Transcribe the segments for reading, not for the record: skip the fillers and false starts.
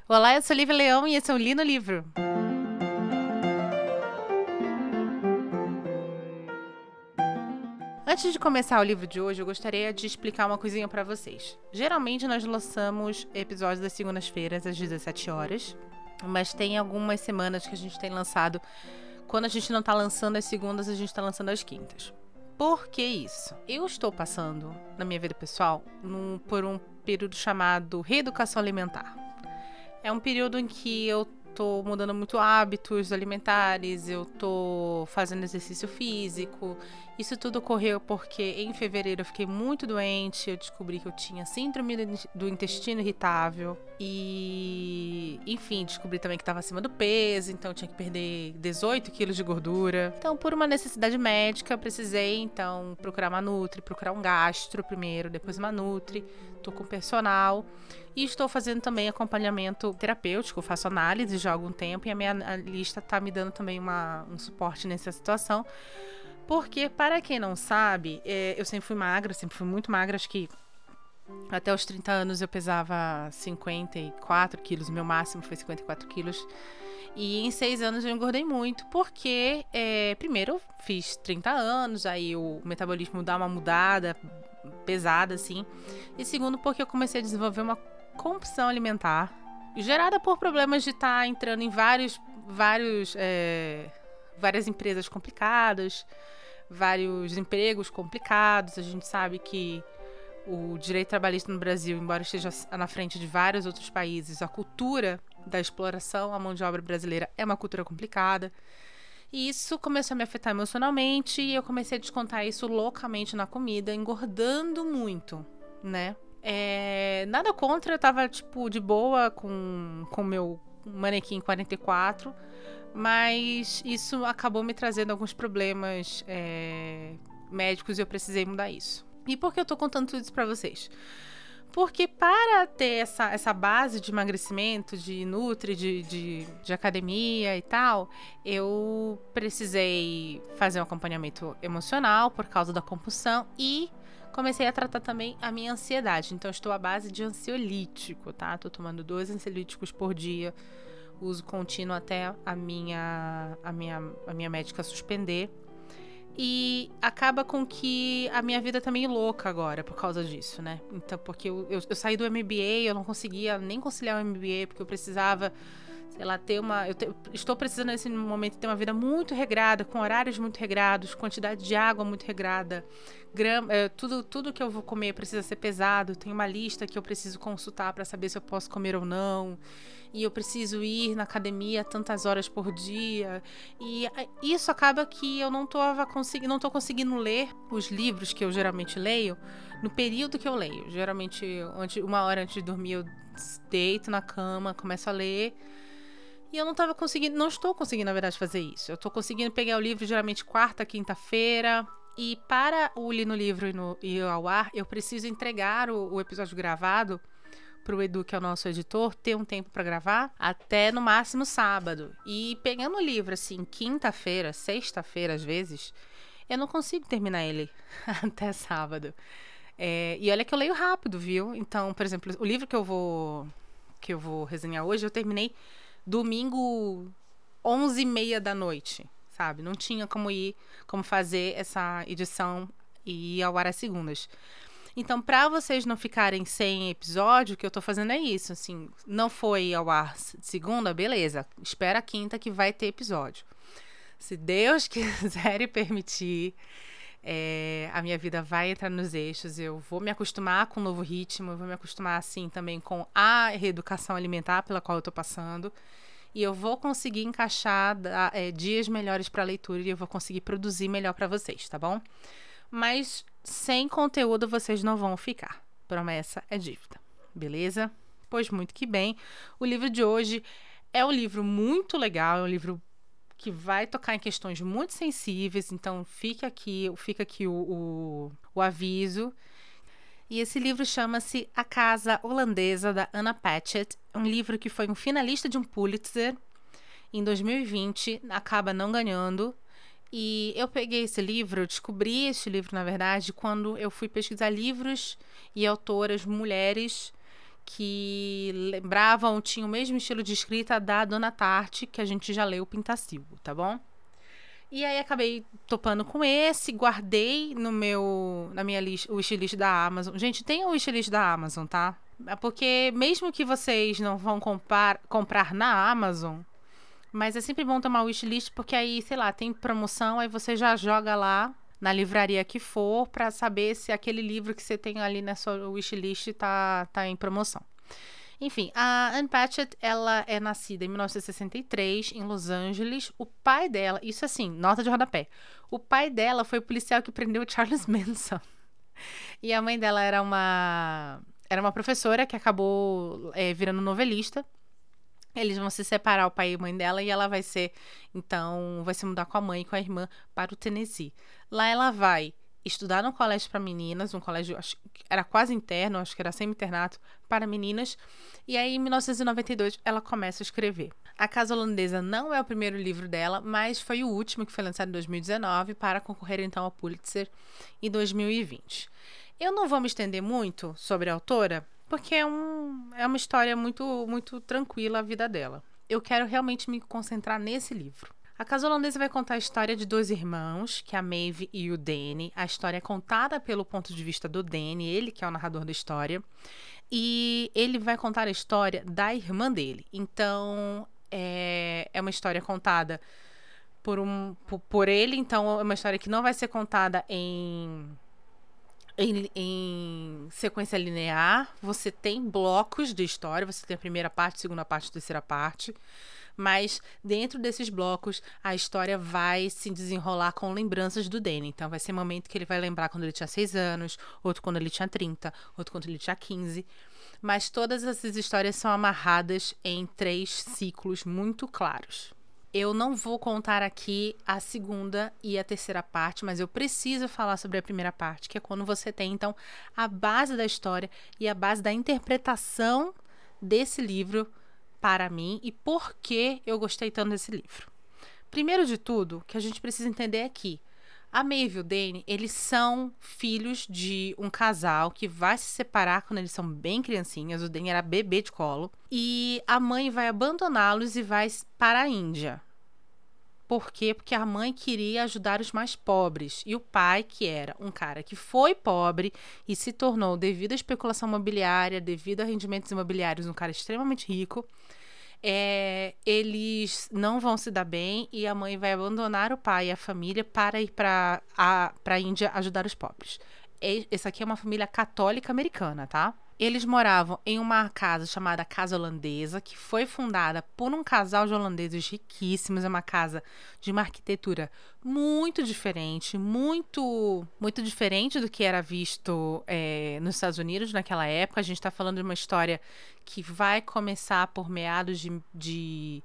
Olá, eu sou Lívia Leão e esse é o Li no Livro. Antes de começar o livro de hoje, eu gostaria de explicar uma coisinha pra vocês. Geralmente nós lançamos episódios das segundas-feiras às 17 horas, mas tem algumas semanas que a gente tem lançado. Quando a gente não tá lançando às segundas, a gente tá lançando às quintas. Por que isso? Eu estou passando, na minha vida pessoal, por um período chamado reeducação alimentar. É um período em que eu tô mudando muito hábitos alimentares, eu tô fazendo exercício físico. Isso tudo ocorreu porque em fevereiro eu fiquei muito doente, eu descobri que eu tinha síndrome do intestino irritável e, enfim, descobri também que estava acima do peso, então eu tinha que perder 18 quilos de gordura. Então, por uma necessidade médica, precisei, então, procurar uma nutri, procurar um gastro primeiro, depois uma nutri, tô com personal. E estou fazendo também acompanhamento terapêutico, faço análise já há algum tempo e a minha lista está me dando também um suporte nessa situação. Porque, para quem não sabe, eu sempre fui magra, sempre fui muito magra, acho que até os 30 anos eu pesava 54 quilos, meu máximo foi 54 quilos. E em 6 anos eu engordei muito, porque primeiro eu fiz 30 anos, aí o metabolismo dá uma mudada pesada, assim. E segundo, porque eu comecei a desenvolver uma compulsão alimentar, gerada por problemas de estar entrando em várias empresas complicadas, vários empregos complicados. A gente sabe que o direito trabalhista no Brasil, embora esteja na frente de vários outros países, a cultura da exploração, a mão de obra brasileira é uma cultura complicada. E isso começou a me afetar emocionalmente e eu comecei a descontar isso loucamente na comida, engordando muito, né? Nada contra, eu tava, de boa com o meu manequim 44, mas isso acabou me trazendo alguns problemas médicos e eu precisei mudar isso. E por que eu tô contando tudo isso pra vocês? Porque para ter essa base de emagrecimento, de nutri, de academia e tal, eu precisei fazer um acompanhamento emocional por causa da compulsão e comecei a tratar também a minha ansiedade. Então, estou à base de ansiolítico, tá? Tô tomando 2 ansiolíticos por dia, uso contínuo até a minha médica suspender. E acaba com que a minha vida tá meio louca agora por causa disso, né? Então, porque eu saí do MBA, eu não conseguia nem conciliar o MBA, porque eu precisava, sei lá, estou precisando nesse momento ter uma vida muito regrada, com horários muito regrados, quantidade de água muito regrada, tudo que eu vou comer precisa ser pesado, tem uma lista que eu preciso consultar para saber se eu posso comer ou não. E eu preciso ir na academia tantas horas por dia. E isso acaba que eu não tô conseguindo ler os livros que eu geralmente leio no período que eu leio. Geralmente, 1 hora antes de dormir, eu deito na cama, começo a ler. E eu não estou conseguindo, na verdade, fazer isso. Eu tô conseguindo pegar o livro geralmente quarta, quinta-feira. E para o Li no Livro e ao ar, eu preciso entregar o episódio gravado pro Edu, que é o nosso editor, ter um tempo pra gravar, até no máximo sábado. E pegando o livro, assim, quinta-feira, sexta-feira, às vezes, eu não consigo terminar ele até sábado. E olha que eu leio rápido, viu? Então, por exemplo, o livro que eu vou resenhar hoje, eu terminei domingo 11h30 da noite, sabe? Não tinha como fazer essa edição e ir ao ar às segundas. Então, pra vocês não ficarem sem episódio, o que eu tô fazendo é isso, assim, não foi ao ar segunda, beleza, espera a quinta que vai ter episódio. Se Deus quiser e permitir, a minha vida vai entrar nos eixos, eu vou me acostumar com o novo ritmo, eu vou me acostumar, assim, também com a reeducação alimentar pela qual eu tô passando, e eu vou conseguir encaixar dias melhores pra leitura e eu vou conseguir produzir melhor pra vocês, tá bom? Mas sem conteúdo vocês não vão ficar. Promessa é dívida. Beleza? Pois muito que bem. O livro de hoje é um livro muito legal, é um livro que vai tocar em questões muito sensíveis, então fica aqui o aviso. E esse livro chama-se A Casa Holandesa, da Anna Patchett. É um livro que foi um finalista de um Pulitzer em 2020, acaba não ganhando. E eu peguei esse livro, eu descobri esse livro, na verdade, quando eu fui pesquisar livros e autoras mulheres que lembravam, tinham o mesmo estilo de escrita da Dona Tartt, que a gente já leu, Pintacilgo, tá bom? E aí acabei topando com esse, guardei na minha lista, o wishlist da Amazon. Gente, tem o wishlist da Amazon, tá? Porque mesmo que vocês não vão comprar na Amazon, mas é sempre bom tomar o wishlist, porque aí, sei lá, tem promoção, aí você já joga lá na livraria que for pra saber se aquele livro que você tem ali na sua wishlist tá em promoção. Enfim, a Ann Patchett, ela é nascida em 1963, em Los Angeles. O pai dela, isso assim, nota de rodapé. O pai dela foi o policial que prendeu o Charles Manson. E a mãe dela era uma professora que acabou virando novelista. Eles vão se separar, o pai e a mãe dela, e ela vai se mudar com a mãe e com a irmã para o Tennessee. Lá ela vai estudar no colégio para meninas, um colégio, acho que era quase interno, acho que era semi-internato, para meninas. E aí, em 1992, ela começa a escrever. A Casa Holandesa não é o primeiro livro dela, mas foi o último, que foi lançado em 2019, para concorrer, então, ao Pulitzer em 2020. Eu não vou me estender muito sobre a autora, porque é uma história muito, muito tranquila a vida dela. Eu quero realmente me concentrar nesse livro. A Casa Holandesa vai contar a história de dois irmãos, que é a Maeve e o Danny. A história é contada pelo ponto de vista do Danny, ele que é o narrador da história. E ele vai contar a história da irmã dele. Então, é uma história contada por ele. Então, é uma história que não vai ser contada em sequência linear. Você tem blocos de história. Você tem a primeira parte, segunda parte, terceira parte. Mas dentro desses blocos, a história vai se desenrolar com lembranças do Danny. Então, vai ser momento que ele vai lembrar quando ele tinha 6 anos, outro quando ele tinha 30, outro quando ele tinha 15. Mas todas essas histórias são amarradas em 3 ciclos muito claros. Eu não vou contar aqui a segunda e a terceira parte, mas eu preciso falar sobre a primeira parte, que é quando você tem, então, a base da história e a base da interpretação desse livro para mim e por que eu gostei tanto desse livro. Primeiro de tudo, o que a gente precisa entender é que a Maeve e o Danny, eles são filhos de um casal que vai se separar quando eles são bem criancinhas. O Danny era bebê de colo. E a mãe vai abandoná-los e vai para a Índia. Por quê? Porque a mãe queria ajudar os mais pobres. E o pai, que era um cara que foi pobre e se tornou, devido à especulação imobiliária, devido a rendimentos imobiliários, um cara extremamente rico, eles não vão se dar bem e a mãe vai abandonar o pai e a família para ir para a Índia ajudar os pobres. Essa aqui é uma família católica americana, tá? Eles moravam em uma casa chamada Casa Holandesa, que foi fundada por um casal de holandeses riquíssimos. É uma casa de uma arquitetura muito diferente, muito, muito diferente do que era visto nos Estados Unidos naquela época. A gente está falando de uma história que vai começar por meados de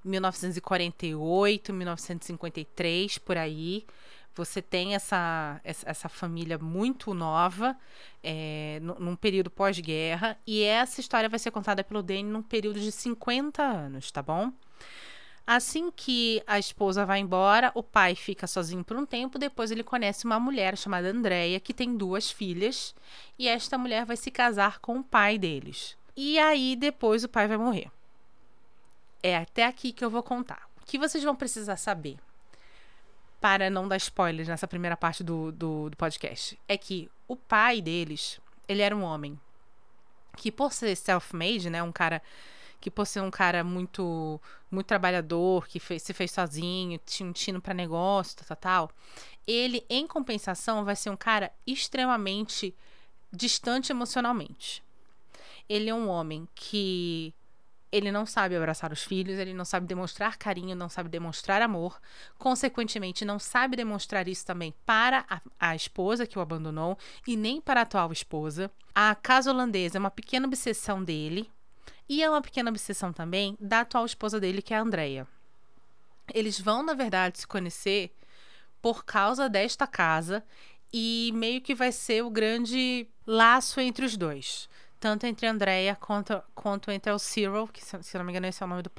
1948, 1953, por aí. Você tem essa família muito nova, num período pós-guerra, e essa história vai ser contada pelo Danny num período de 50 anos, tá bom? Assim que a esposa vai embora, o pai fica sozinho por um tempo, depois ele conhece uma mulher chamada Andrea, que tem 2 filhas, e esta mulher vai se casar com o pai deles. E aí, depois, o pai vai morrer. É até aqui que eu vou contar. O que vocês vão precisar saber, para não dar spoilers nessa primeira parte do podcast, é que o pai deles, ele era um homem que, por ser self-made, né, que por ser um cara muito, muito trabalhador, que se fez sozinho, tinha um tino para negócio, tal, ele, em compensação, vai ser um cara extremamente distante emocionalmente. Ele é um homem que ele não sabe abraçar os filhos, ele não sabe demonstrar carinho, não sabe demonstrar amor. Consequentemente, não sabe demonstrar isso também para a esposa que o abandonou e nem para a atual esposa. A Casa Holandesa é uma pequena obsessão dele e é uma pequena obsessão também da atual esposa dele, que é a Andrea. Eles vão, na verdade, se conhecer por causa desta casa e meio que vai ser o grande laço entre os dois. Tanto entre a Andrea quanto entre o Cyril, que, se eu não me engano, esse é o nome do pai.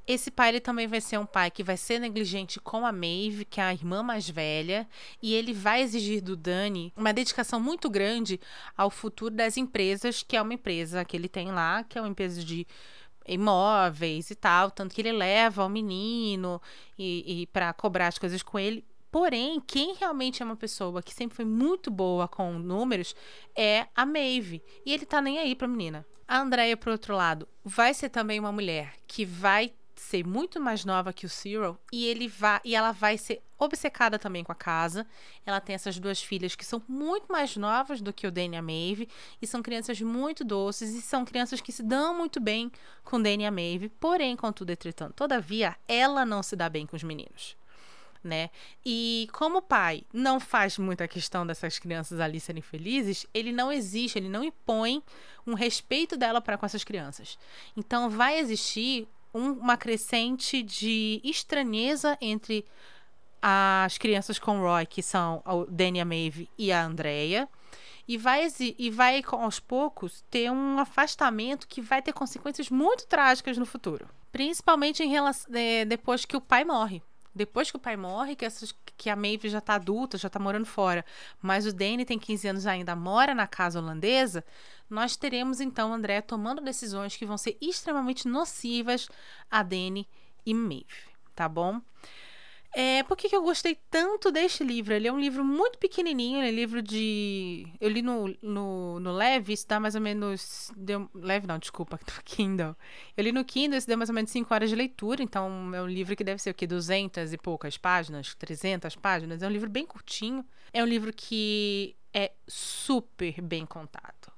Esse pai, ele também vai ser um pai que vai ser negligente com a Maeve, que é a irmã mais velha, e ele vai exigir do Danny uma dedicação muito grande ao futuro das empresas, que é uma empresa que ele tem lá, que é uma empresa de imóveis e tal, tanto que ele leva o menino e para cobrar as coisas com ele. Porém, quem realmente é uma pessoa que sempre foi muito boa com números é a Maeve. E ele tá nem aí pra menina. A Andrea, por outro lado, vai ser também uma mulher que vai ser muito mais nova que o Cyril e ela vai ser obcecada também com a casa. Ela tem essas duas filhas que são muito mais novas do que o Danny e a Maeve e são crianças muito doces e são crianças que se dão muito bem com o Danny e a Maeve. Porém, contudo, entretanto, todavia, ela não se dá bem com os meninos. Né? E como o pai não faz muita questão dessas crianças ali serem felizes, ele não exige, ele não impõe um respeito dela para com essas crianças. Então vai existir uma crescente de estranheza entre as crianças com Roy, que são o Danny, a Maeve e a Andrea, e vai aos poucos ter um afastamento que vai ter consequências muito trágicas no futuro, principalmente depois que o pai morre. Depois que o pai morre, que a Maeve já tá adulta, já tá morando fora, mas o Danny tem 15 anos ainda, mora na casa holandesa, nós teremos então André tomando decisões que vão ser extremamente nocivas a Danny e Maeve, tá bom? Por que eu gostei tanto deste livro? Ele é um livro muito pequenininho, ele é livro de... Eu li no Leve, isso dá mais ou menos... Leve não, desculpa, no Kindle. Eu li no Kindle, isso deu mais ou menos 5 horas de leitura, então é um livro que deve ser o quê? 200 e poucas páginas, 300 páginas. É um livro bem curtinho. É um livro que é super bem contado.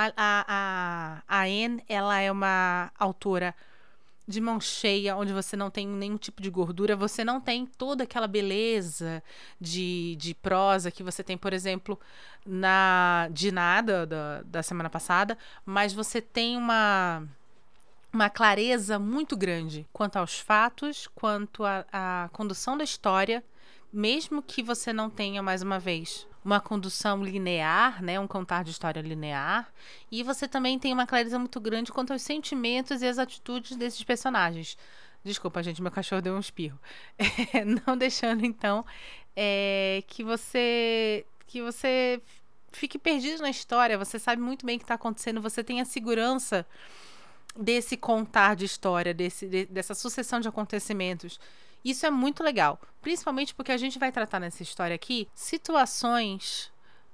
A Anne, ela é uma autora de mão cheia, onde você não tem nenhum tipo de gordura, você não tem toda aquela beleza de prosa que você tem, por exemplo, na de nada da semana passada, mas você tem uma clareza muito grande quanto aos fatos, quanto à condução da história, mesmo que você não tenha, mais uma vez, uma condução linear, né, um contar de história linear, e você também tem uma clareza muito grande quanto aos sentimentos e as atitudes desses personagens. Desculpa, gente, meu cachorro deu um espirro. Não deixando, então, que você fique perdido na história, você sabe muito bem o que está acontecendo, você tem a segurança desse contar de história, dessa sucessão de acontecimentos. Isso é muito legal, principalmente porque a gente vai tratar nessa história aqui situações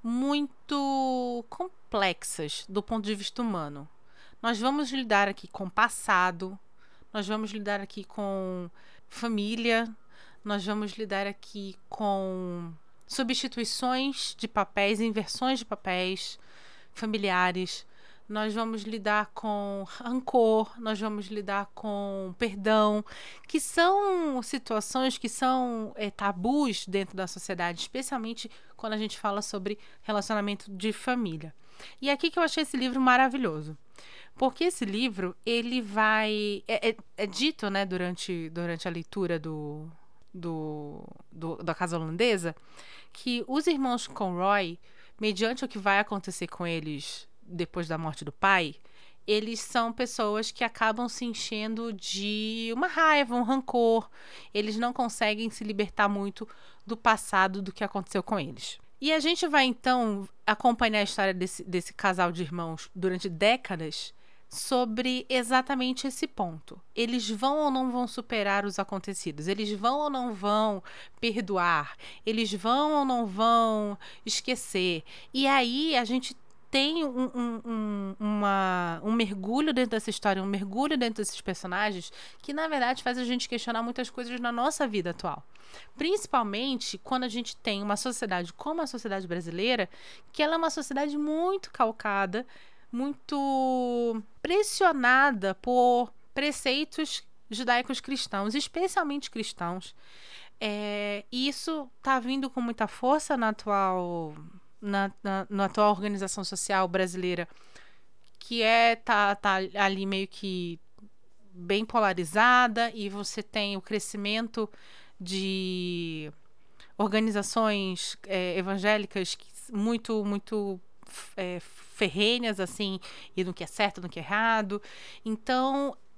muito complexas do ponto de vista humano. Nós vamos lidar aqui com passado, nós vamos lidar aqui com família, nós vamos lidar aqui com substituições de papéis, inversões de papéis familiares. Nós vamos lidar com rancor, nós vamos lidar com perdão, que são situações que são tabus dentro da sociedade, especialmente quando a gente fala sobre relacionamento de família. E é aqui que eu achei esse livro maravilhoso. Porque esse livro, ele vai... É dito, né, durante a leitura da Casa Holandesa, que os irmãos Conroy, mediante o que vai acontecer com eles depois da morte do pai, eles são pessoas que acabam se enchendo de uma raiva, um rancor. Eles não conseguem se libertar muito do passado, do que aconteceu com eles. E a gente vai, então, acompanhar a história desse casal de irmãos durante décadas sobre exatamente esse ponto. Eles vão ou não vão superar os acontecidos? Eles vão ou não vão perdoar? Eles vão ou não vão esquecer? E aí a gente tem um mergulho dentro dessa história, um mergulho dentro desses personagens que, na verdade, faz a gente questionar muitas coisas na nossa vida atual. Principalmente quando a gente tem uma sociedade como a sociedade brasileira, que ela é uma sociedade muito calcada, muito pressionada por preceitos judaicos cristãos, especialmente cristãos. E isso está vindo com muita força na atual organização social brasileira, que tá ali meio que bem polarizada, e você tem o crescimento de organizações evangélicas muito ferrenhas, assim, e no que é certo, no que é errado. Então,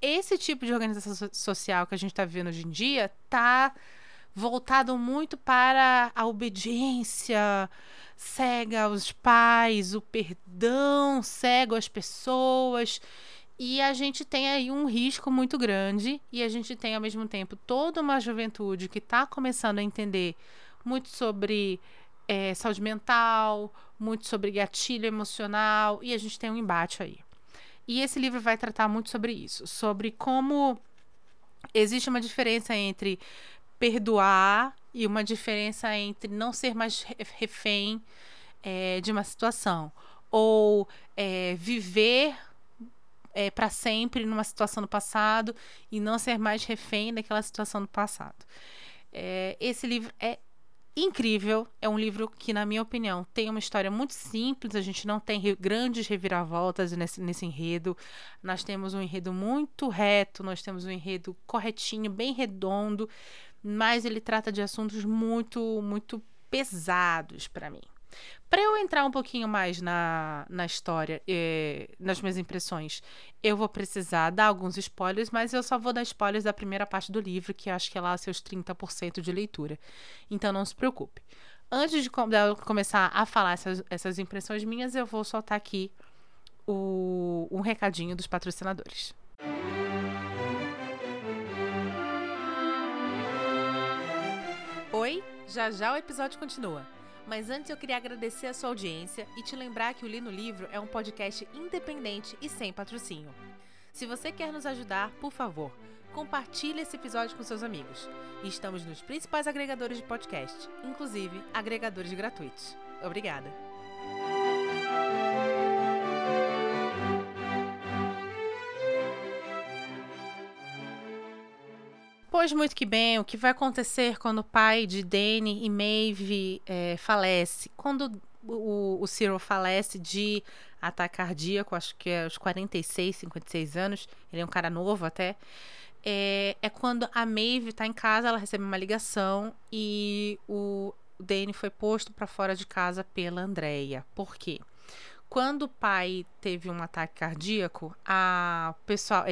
esse tipo de organização social que a gente está vivendo hoje em dia está voltado muito para a obediência cega aos pais, o perdão cego às pessoas. E a gente tem aí um risco muito grande, e a gente tem, ao mesmo tempo, toda uma juventude que está começando a entender muito sobre saúde mental, muito sobre gatilho emocional, e a gente tem um embate aí. E esse livro vai tratar muito sobre isso, sobre como existe uma diferença entre perdoar e uma diferença entre não ser mais refém de uma situação, ou viver para sempre numa situação do passado e não ser mais refém daquela situação do passado. Esse livro é incrível, é um livro que, na minha opinião, tem uma história muito simples, a gente não tem grandes reviravoltas nesse enredo, nós temos um enredo muito reto, nós temos um enredo corretinho, bem redondo, mas ele trata de assuntos muito, muito pesados para mim. Para eu entrar um pouquinho mais na história, nas minhas impressões, eu vou precisar dar alguns spoilers, mas eu só vou dar spoilers da primeira parte do livro, que acho que é lá seus 30% de leitura. Então não se preocupe. Antes de eu começar a falar essas impressões minhas, eu vou soltar aqui um recadinho dos patrocinadores. Oi, já o episódio continua. Mas antes eu queria agradecer a sua audiência e te lembrar que o Li no Livro é um podcast independente e sem patrocínio. Se você quer nos ajudar, por favor, compartilhe esse episódio com seus amigos. E estamos nos principais agregadores de podcast, inclusive agregadores gratuitos. Obrigada! Pois muito que bem, o que vai acontecer quando o pai de Danny e Maeve falece? Quando o Cyril falece de ataque cardíaco, acho que é aos 46, 56 anos, ele é um cara novo até, é quando a Maeve está em casa, ela recebe uma ligação e o Danny foi posto para fora de casa pela Andrea. Por quê? Quando o pai teve um ataque cardíaco, o pessoal,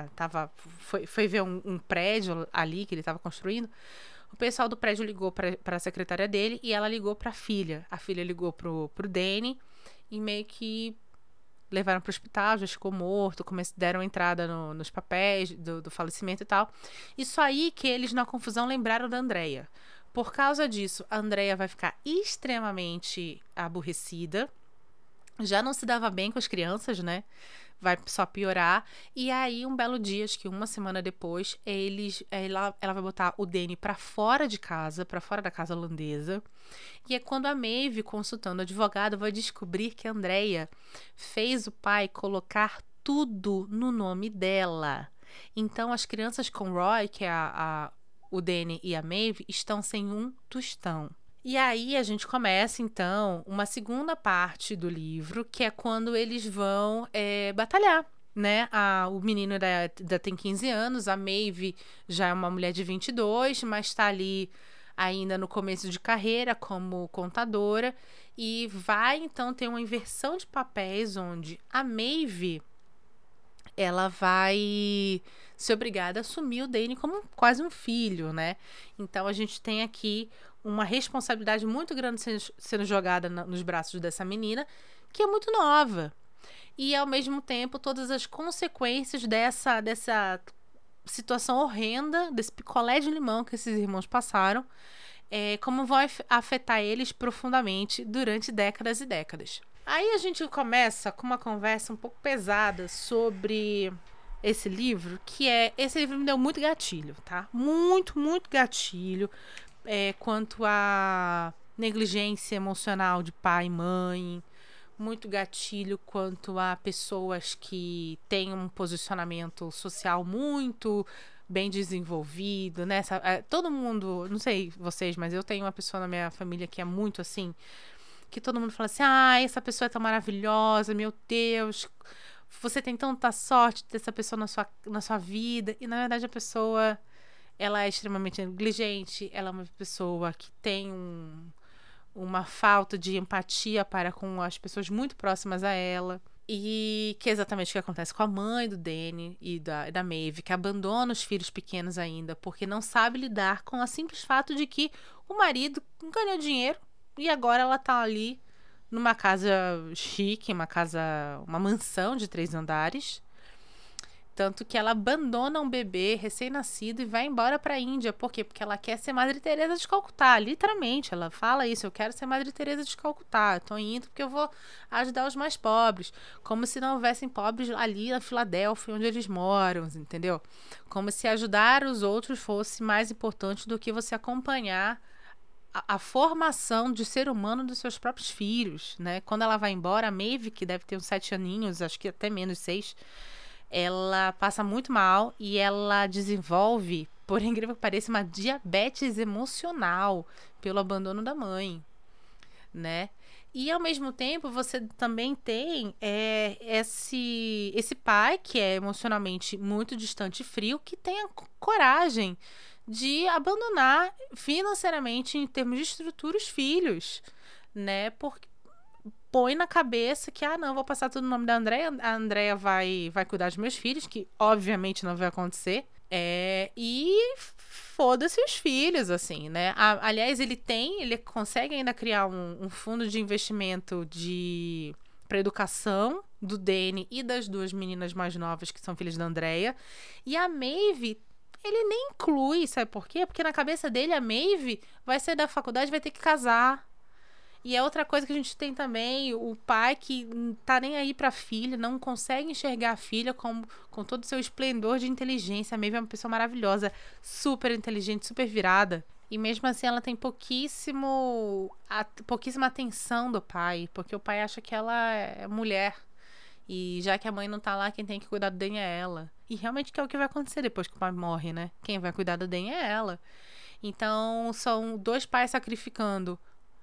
foi ver um prédio ali que ele estava construindo. O pessoal do prédio ligou para a secretária dele e ela ligou para a filha. A filha ligou pro Danny e meio que levaram para o hospital, já ficou morto, deram entrada nos papéis do falecimento e tal. Isso aí que eles, na confusão, lembraram da Andrea. Por causa disso, a Andrea vai ficar extremamente aborrecida. Já não se dava bem com as crianças, né? Vai só piorar. E aí, um belo dia, acho que uma semana depois, ela vai botar o Danny pra fora de casa, pra fora da casa holandesa. E é quando a Maeve, consultando o advogado, vai descobrir que a Andrea fez o pai colocar tudo no nome dela. Então, as crianças com Roy, que é o Danny e a Maeve, estão sem um tostão. E aí a gente começa, então, uma segunda parte do livro, que é quando eles vão batalhar, né? O menino ainda tem 15 anos, a Maeve já é uma mulher de 22, mas está ali ainda no começo de carreira como contadora, e vai, então, ter uma inversão de papéis, onde a Maeve, ela vai ser obrigada a assumir o Danny como quase um filho, né? Então, a gente tem aqui uma responsabilidade muito grande sendo jogada nos braços dessa menina, que é muito nova. E, ao mesmo tempo, todas as consequências dessa situação horrenda, desse picolé de limão que esses irmãos passaram, como vai afetar eles profundamente durante décadas e décadas. Aí a gente começa com uma conversa um pouco pesada sobre esse livro, esse livro me deu muito gatilho, tá? Muito, muito gatilho. Quanto à negligência emocional de pai e mãe, muito gatilho quanto a pessoas que têm um posicionamento social muito bem desenvolvido, né? Todo mundo, não sei vocês, mas eu tenho uma pessoa na minha família que é muito assim, que todo mundo fala assim, essa pessoa é tão maravilhosa, meu Deus, você tem tanta sorte de ter essa pessoa na sua vida, e na verdade a pessoa, ela é extremamente negligente, ela é uma pessoa que tem uma falta de empatia para com as pessoas muito próximas a ela. E que é exatamente o que acontece com a mãe do Danny e da Maeve, que abandona os filhos pequenos ainda, porque não sabe lidar com o simples fato de que o marido ganhou dinheiro e agora ela tá ali numa casa chique, uma mansão de 3 andares. Tanto que ela abandona um bebê recém-nascido e vai embora para a Índia. Por quê? Porque ela quer ser Madre Teresa de Calcutá. Literalmente, ela fala isso. Eu quero ser Madre Teresa de Calcutá. Estou indo porque eu vou ajudar os mais pobres. Como se não houvessem pobres ali na Filadélfia, onde eles moram, entendeu? Como se ajudar os outros fosse mais importante do que você acompanhar a formação de ser humano dos seus próprios filhos, né? Quando ela vai embora, a Maeve, que deve ter uns 7 aninhos, acho que até menos 6, ela passa muito mal e ela desenvolve, por incrível que pareça, uma diabetes emocional pelo abandono da mãe, né? E ao mesmo tempo você também tem esse pai que é emocionalmente muito distante e frio, que tem a coragem de abandonar financeiramente, em termos de estrutura, os filhos, né? Porque põe na cabeça que, não, vou passar tudo no nome da Andrea, a Andrea vai cuidar dos meus filhos, que obviamente não vai acontecer. E foda-se os filhos, assim, né? Aliás, ele consegue ainda criar um fundo de investimento para educação do Danny e das 2 meninas mais novas, que são filhas da Andrea. E a Maeve, ele nem inclui, sabe por quê? Porque na cabeça dele, a Maeve vai sair da faculdade e vai ter que casar. E é outra coisa que a gente tem também, o pai que tá nem aí pra filha, não consegue enxergar a filha com todo o seu esplendor de inteligência. A Maeve é uma pessoa maravilhosa, super inteligente, super virada. E mesmo assim ela tem pouquíssima atenção do pai, porque o pai acha que ela é mulher. E já que a mãe não tá lá, quem tem que cuidar do Danny é ela. E realmente que é o que vai acontecer depois que o pai morre, né? Quem vai cuidar do Danny é ela. Então são 2 pais sacrificando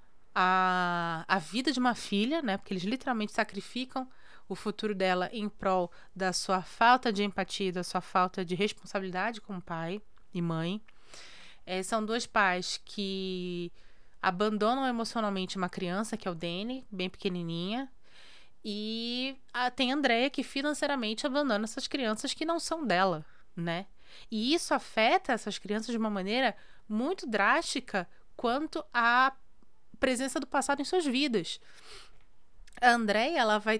a vida de uma filha, né? Porque eles literalmente sacrificam o futuro dela em prol da sua falta de empatia, da sua falta de responsabilidade como pai e mãe. São 2 pais que abandonam emocionalmente uma criança, que é o Danny, bem pequenininha. E tem a Andrea, que financeiramente abandona essas crianças que não são dela, né? E isso afeta essas crianças de uma maneira muito drástica quanto a presença do passado em suas vidas. A Andrea,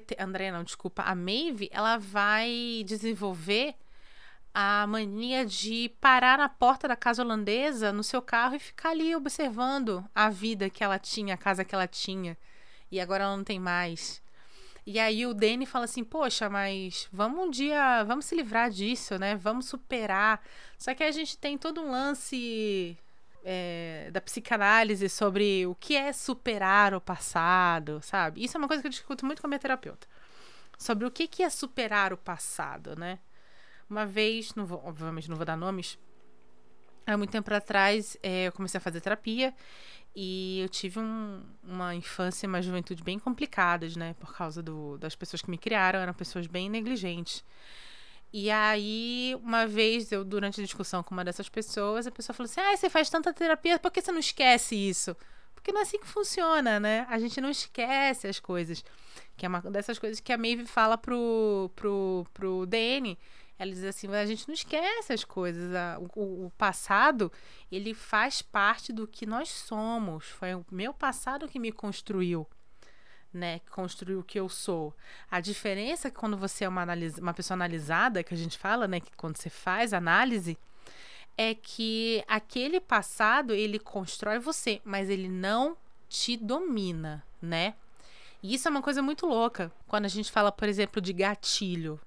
a Maeve, ela vai desenvolver a mania de parar na porta da casa holandesa no seu carro e ficar ali observando a vida que ela tinha, a casa que ela tinha. E agora ela não tem mais. E aí o Danny fala assim, poxa, mas vamos se livrar disso, né? Vamos superar. Só que a gente tem todo um lance da psicanálise sobre o que é superar o passado, sabe? Isso é uma coisa que eu discuto muito com a minha terapeuta. Sobre o que é superar o passado, né? Uma vez, obviamente não vou dar nomes, há muito tempo atrás eu comecei a fazer terapia e eu tive uma infância e uma juventude bem complicadas, né? Por causa das pessoas que me criaram, eram pessoas bem negligentes. E aí, uma vez, durante a discussão com uma dessas pessoas, a pessoa falou assim, você faz tanta terapia, por que você não esquece isso? Porque não é assim que funciona, né? A gente não esquece as coisas. Que é uma dessas coisas que a Maeve fala pro Danny. Ela diz assim, a gente não esquece as coisas. O passado, ele faz parte do que nós somos. Foi o meu passado que me construiu, né? Que construiu o que eu sou. A diferença é que quando você é uma pessoa analisada, que a gente fala, né? Que quando você faz análise, é que aquele passado, ele constrói você, mas ele não te domina, né? E isso é uma coisa muito louca. Quando a gente fala, por exemplo, de gatilho.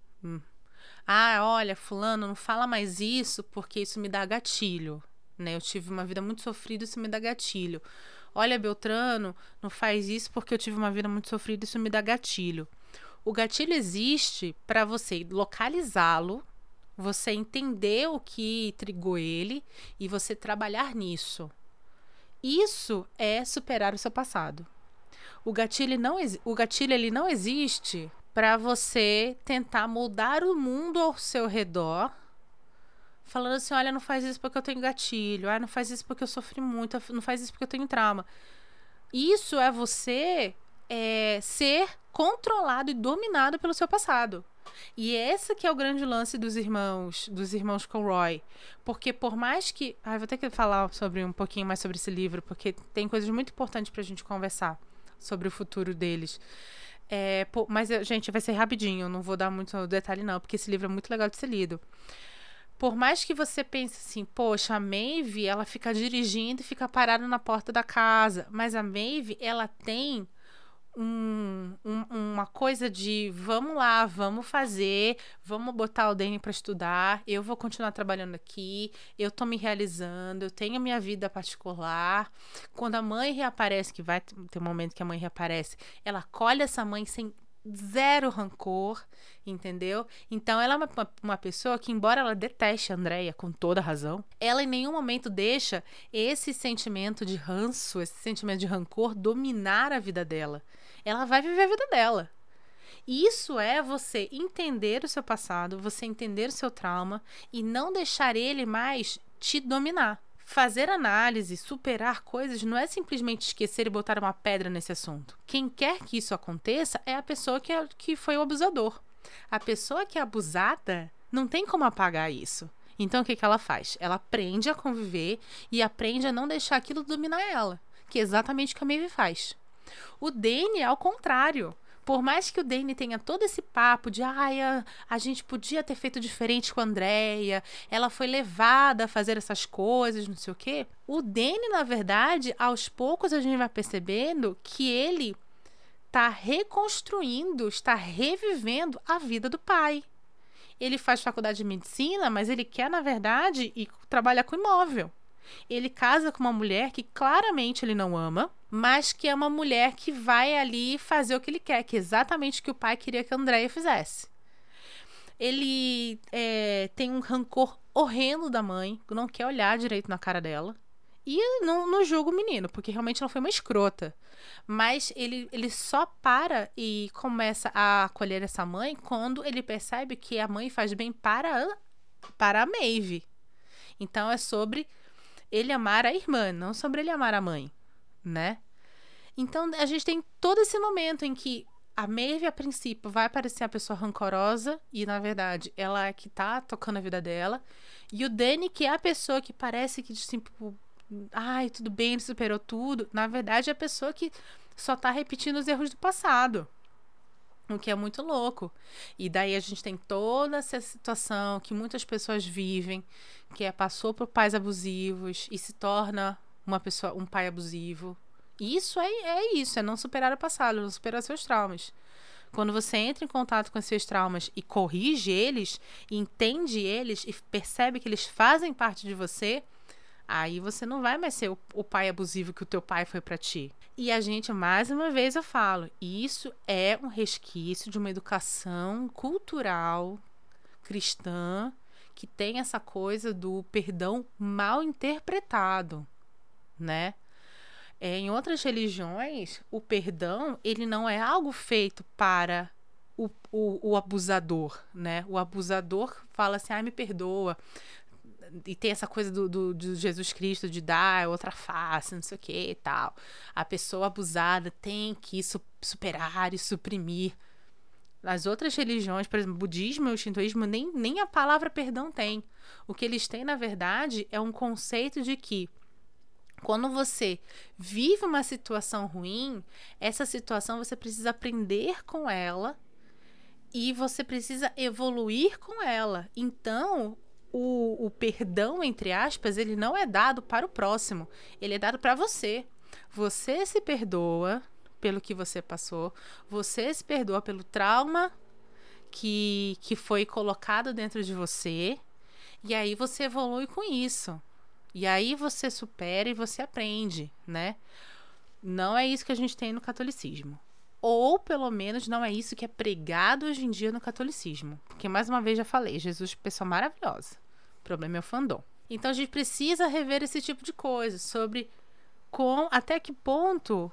Olha, fulano, não fala mais isso porque isso me dá gatilho, né? Eu tive uma vida muito sofrida, isso me dá gatilho. Olha, Beltrano, não faz isso porque eu tive uma vida muito sofrida, isso me dá gatilho. O gatilho existe para você localizá-lo, você entender o que trigou ele e você trabalhar nisso. Isso é superar o seu passado. O gatilho ele não existe para você tentar moldar o mundo ao seu redor, falando assim, olha, não faz isso porque eu tenho gatilho, não faz isso porque eu sofri muito, não faz isso porque eu tenho trauma. Isso é você ser controlado e dominado pelo seu passado. E esse que é o grande lance dos irmãos Conroy. Porque por mais que... vou ter que falar um pouquinho mais sobre esse livro, porque tem coisas muito importantes pra gente conversar sobre o futuro deles. Mas, gente, vai ser rapidinho, eu não vou dar muito detalhe não, porque esse livro é muito legal de ser lido. Por mais que você pense assim, poxa, a Maeve, ela fica dirigindo e fica parada na porta da casa. Mas a Maeve, ela tem uma coisa de vamos lá, vamos fazer, vamos botar o Danny para estudar, eu vou continuar trabalhando aqui, eu tô me realizando, eu tenho minha vida particular. Quando a mãe reaparece, que vai ter um momento que a mãe reaparece, ela acolhe essa mãe sem zero rancor, entendeu? Então ela é uma pessoa que, embora ela deteste a Andrea com toda razão, ela em nenhum momento deixa esse sentimento de ranço, esse sentimento de rancor dominar a vida dela. Ela vai viver a vida dela. E isso é você entender o seu passado, você entender o seu trauma e não deixar ele mais te dominar. Fazer análise, superar coisas, não é simplesmente esquecer e botar uma pedra nesse assunto. Quem quer que isso aconteça é a pessoa que foi o abusador. A pessoa que é abusada não tem como apagar isso. Então o que ela faz? Ela aprende a conviver e aprende a não deixar aquilo dominar ela, que é exatamente o que a Maeve faz. O Danny é ao contrário. Por mais que o Danny tenha todo esse papo de a gente podia ter feito diferente com a Andrea, ela foi levada a fazer essas coisas, não sei o quê. O Danny, na verdade, aos poucos a gente vai percebendo que ele está reconstruindo, está revivendo a vida do pai. Ele faz faculdade de medicina, mas ele quer, na verdade, ir trabalhar com imóvel. Ele casa com uma mulher que claramente ele não ama, mas que é uma mulher que vai ali fazer o que ele quer, que é exatamente o que o pai queria que a Andrea fizesse. Ele tem um rancor horrendo da mãe, não quer olhar direito na cara dela. E não julga o menino, porque realmente ela foi uma escrota. Mas ele só para e começa a acolher essa mãe quando ele percebe que a mãe faz bem para a Maeve. Então é sobre ele amar a irmã, não sobre ele amar a mãe, né? Então a gente tem todo esse momento em que a Maeve, a princípio, vai parecer uma pessoa rancorosa e, na verdade, ela é que tá tocando a vida dela. E o Danny, que é a pessoa que parece que, tipo, tudo bem, ele superou tudo. Na verdade, é a pessoa que só tá repetindo os erros do passado. O que é muito louco. E daí a gente tem toda essa situação que muitas pessoas vivem, que passou por pais abusivos e se torna um pai abusivo. Isso é não superar o passado, não superar seus traumas. Quando você entra em contato com esses traumas e corrige eles, e entende eles e percebe que eles fazem parte de você, aí você não vai mais ser o pai abusivo que o teu pai foi pra ti. E a gente, mais uma vez eu falo, isso é um resquício de uma educação cultural cristã que tem essa coisa do perdão mal interpretado, né? Em outras religiões, o perdão, ele não é algo feito para o abusador, né? O abusador fala assim, me perdoa. E tem essa coisa de Jesus Cristo de dar outra face, não sei o que e tal. A pessoa abusada tem que superar e suprimir. Nas outras religiões, por exemplo, budismo e o shintoísmo, nem a palavra perdão tem. O que eles têm, na verdade, é um conceito de que quando você vive uma situação ruim, essa situação você precisa aprender com ela e você precisa evoluir com ela. Então, o perdão, entre aspas, ele não é dado para o próximo, ele é dado para você. Você se perdoa pelo que você passou, você se perdoa pelo trauma que foi colocado dentro de você, e aí você evolui com isso. E aí você supera e você aprende, né? Não é isso que a gente tem no catolicismo. Ou, pelo menos, não é isso que é pregado hoje em dia no catolicismo. Porque, mais uma vez, já falei, Jesus é uma pessoa maravilhosa. O problema é o fandom. Então, a gente precisa rever esse tipo de coisa sobre até que ponto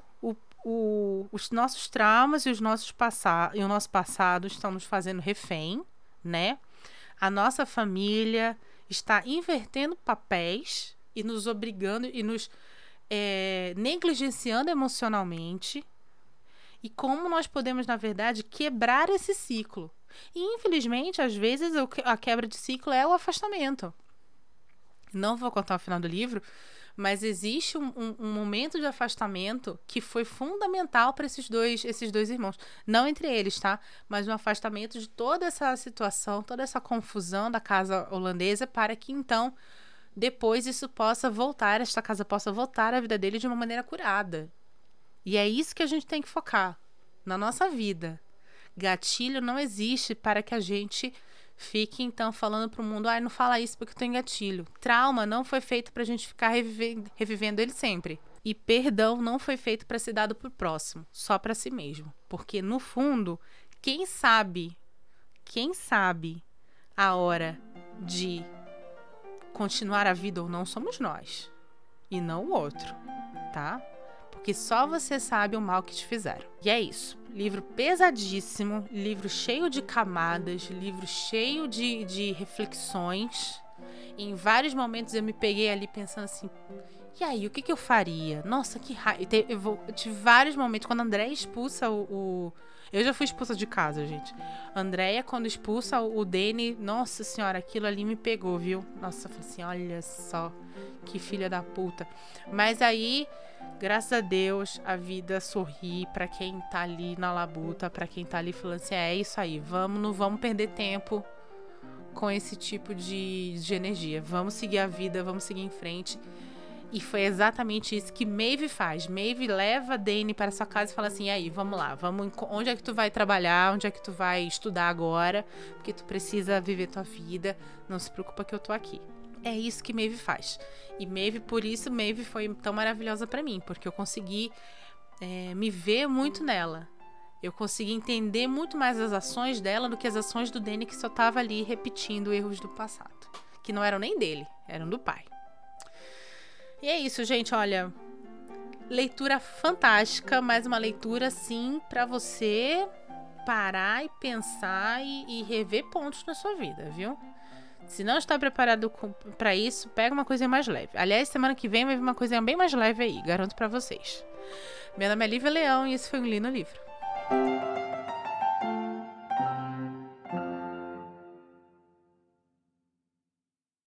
os nossos traumas e o nosso passado estão nos fazendo refém, né? A nossa família está invertendo papéis e nos obrigando e nos negligenciando emocionalmente. E como nós podemos, na verdade, quebrar esse ciclo. E, infelizmente, às vezes, a quebra de ciclo é o afastamento. Não vou contar o final do livro, mas existe um momento de afastamento que foi fundamental para esses dois irmãos. Não entre eles, tá? Mas um afastamento de toda essa situação, toda essa confusão da casa holandesa, para que, então, depois isso possa voltar, esta casa possa voltar à vida dele de uma maneira curada. E é isso que a gente tem que focar na nossa vida. Gatilho não existe para que a gente fique, então, falando para o mundo, não fala isso porque eu tenho gatilho. Trauma não foi feito para a gente ficar revivendo ele sempre. E perdão não foi feito para ser dado para o próximo, só para si mesmo. Porque, no fundo, quem sabe a hora de continuar a vida ou não somos nós. E não o outro, tá? Porque só você sabe o mal que te fizeram. E é isso. Livro pesadíssimo, livro cheio de camadas, livro cheio de reflexões. Em vários momentos eu me peguei ali pensando assim, e aí, o que eu faria? Nossa, que raiva. Eu tive vários momentos, quando a Andréia expulsa eu já fui expulsa de casa, gente. Andréia, quando expulsa o Danny, nossa senhora, aquilo ali me pegou, viu? Nossa, eu falei assim, olha só, que filha da puta. Mas aí, graças a Deus, a vida sorri pra quem tá ali na labuta, pra quem tá ali falando assim, é isso aí, não vamos perder tempo com esse tipo de energia. Vamos seguir a vida, vamos seguir em frente. E foi exatamente isso que Maeve faz. Maeve leva Danny para sua casa e fala assim, e aí, vamos lá, onde é que tu vai trabalhar, onde é que tu vai estudar agora, porque tu precisa viver tua vida, não se preocupa que eu tô aqui. É isso que Maeve faz. E Maeve, por isso, Maeve foi tão maravilhosa para mim, porque eu consegui me ver muito nela. Eu consegui entender muito mais as ações dela do que as ações do Danny, que só tava ali repetindo erros do passado, que não eram nem dele, eram do pai. E é isso, gente, olha, leitura fantástica, mais uma leitura, sim, pra você parar e pensar e rever pontos na sua vida, viu? Se não está preparado pra isso, pega uma coisinha mais leve. Aliás, semana que vem vai vir uma coisinha bem mais leve aí, garanto pra vocês. Meu nome é Lívia Leão e esse foi um Li no Livro.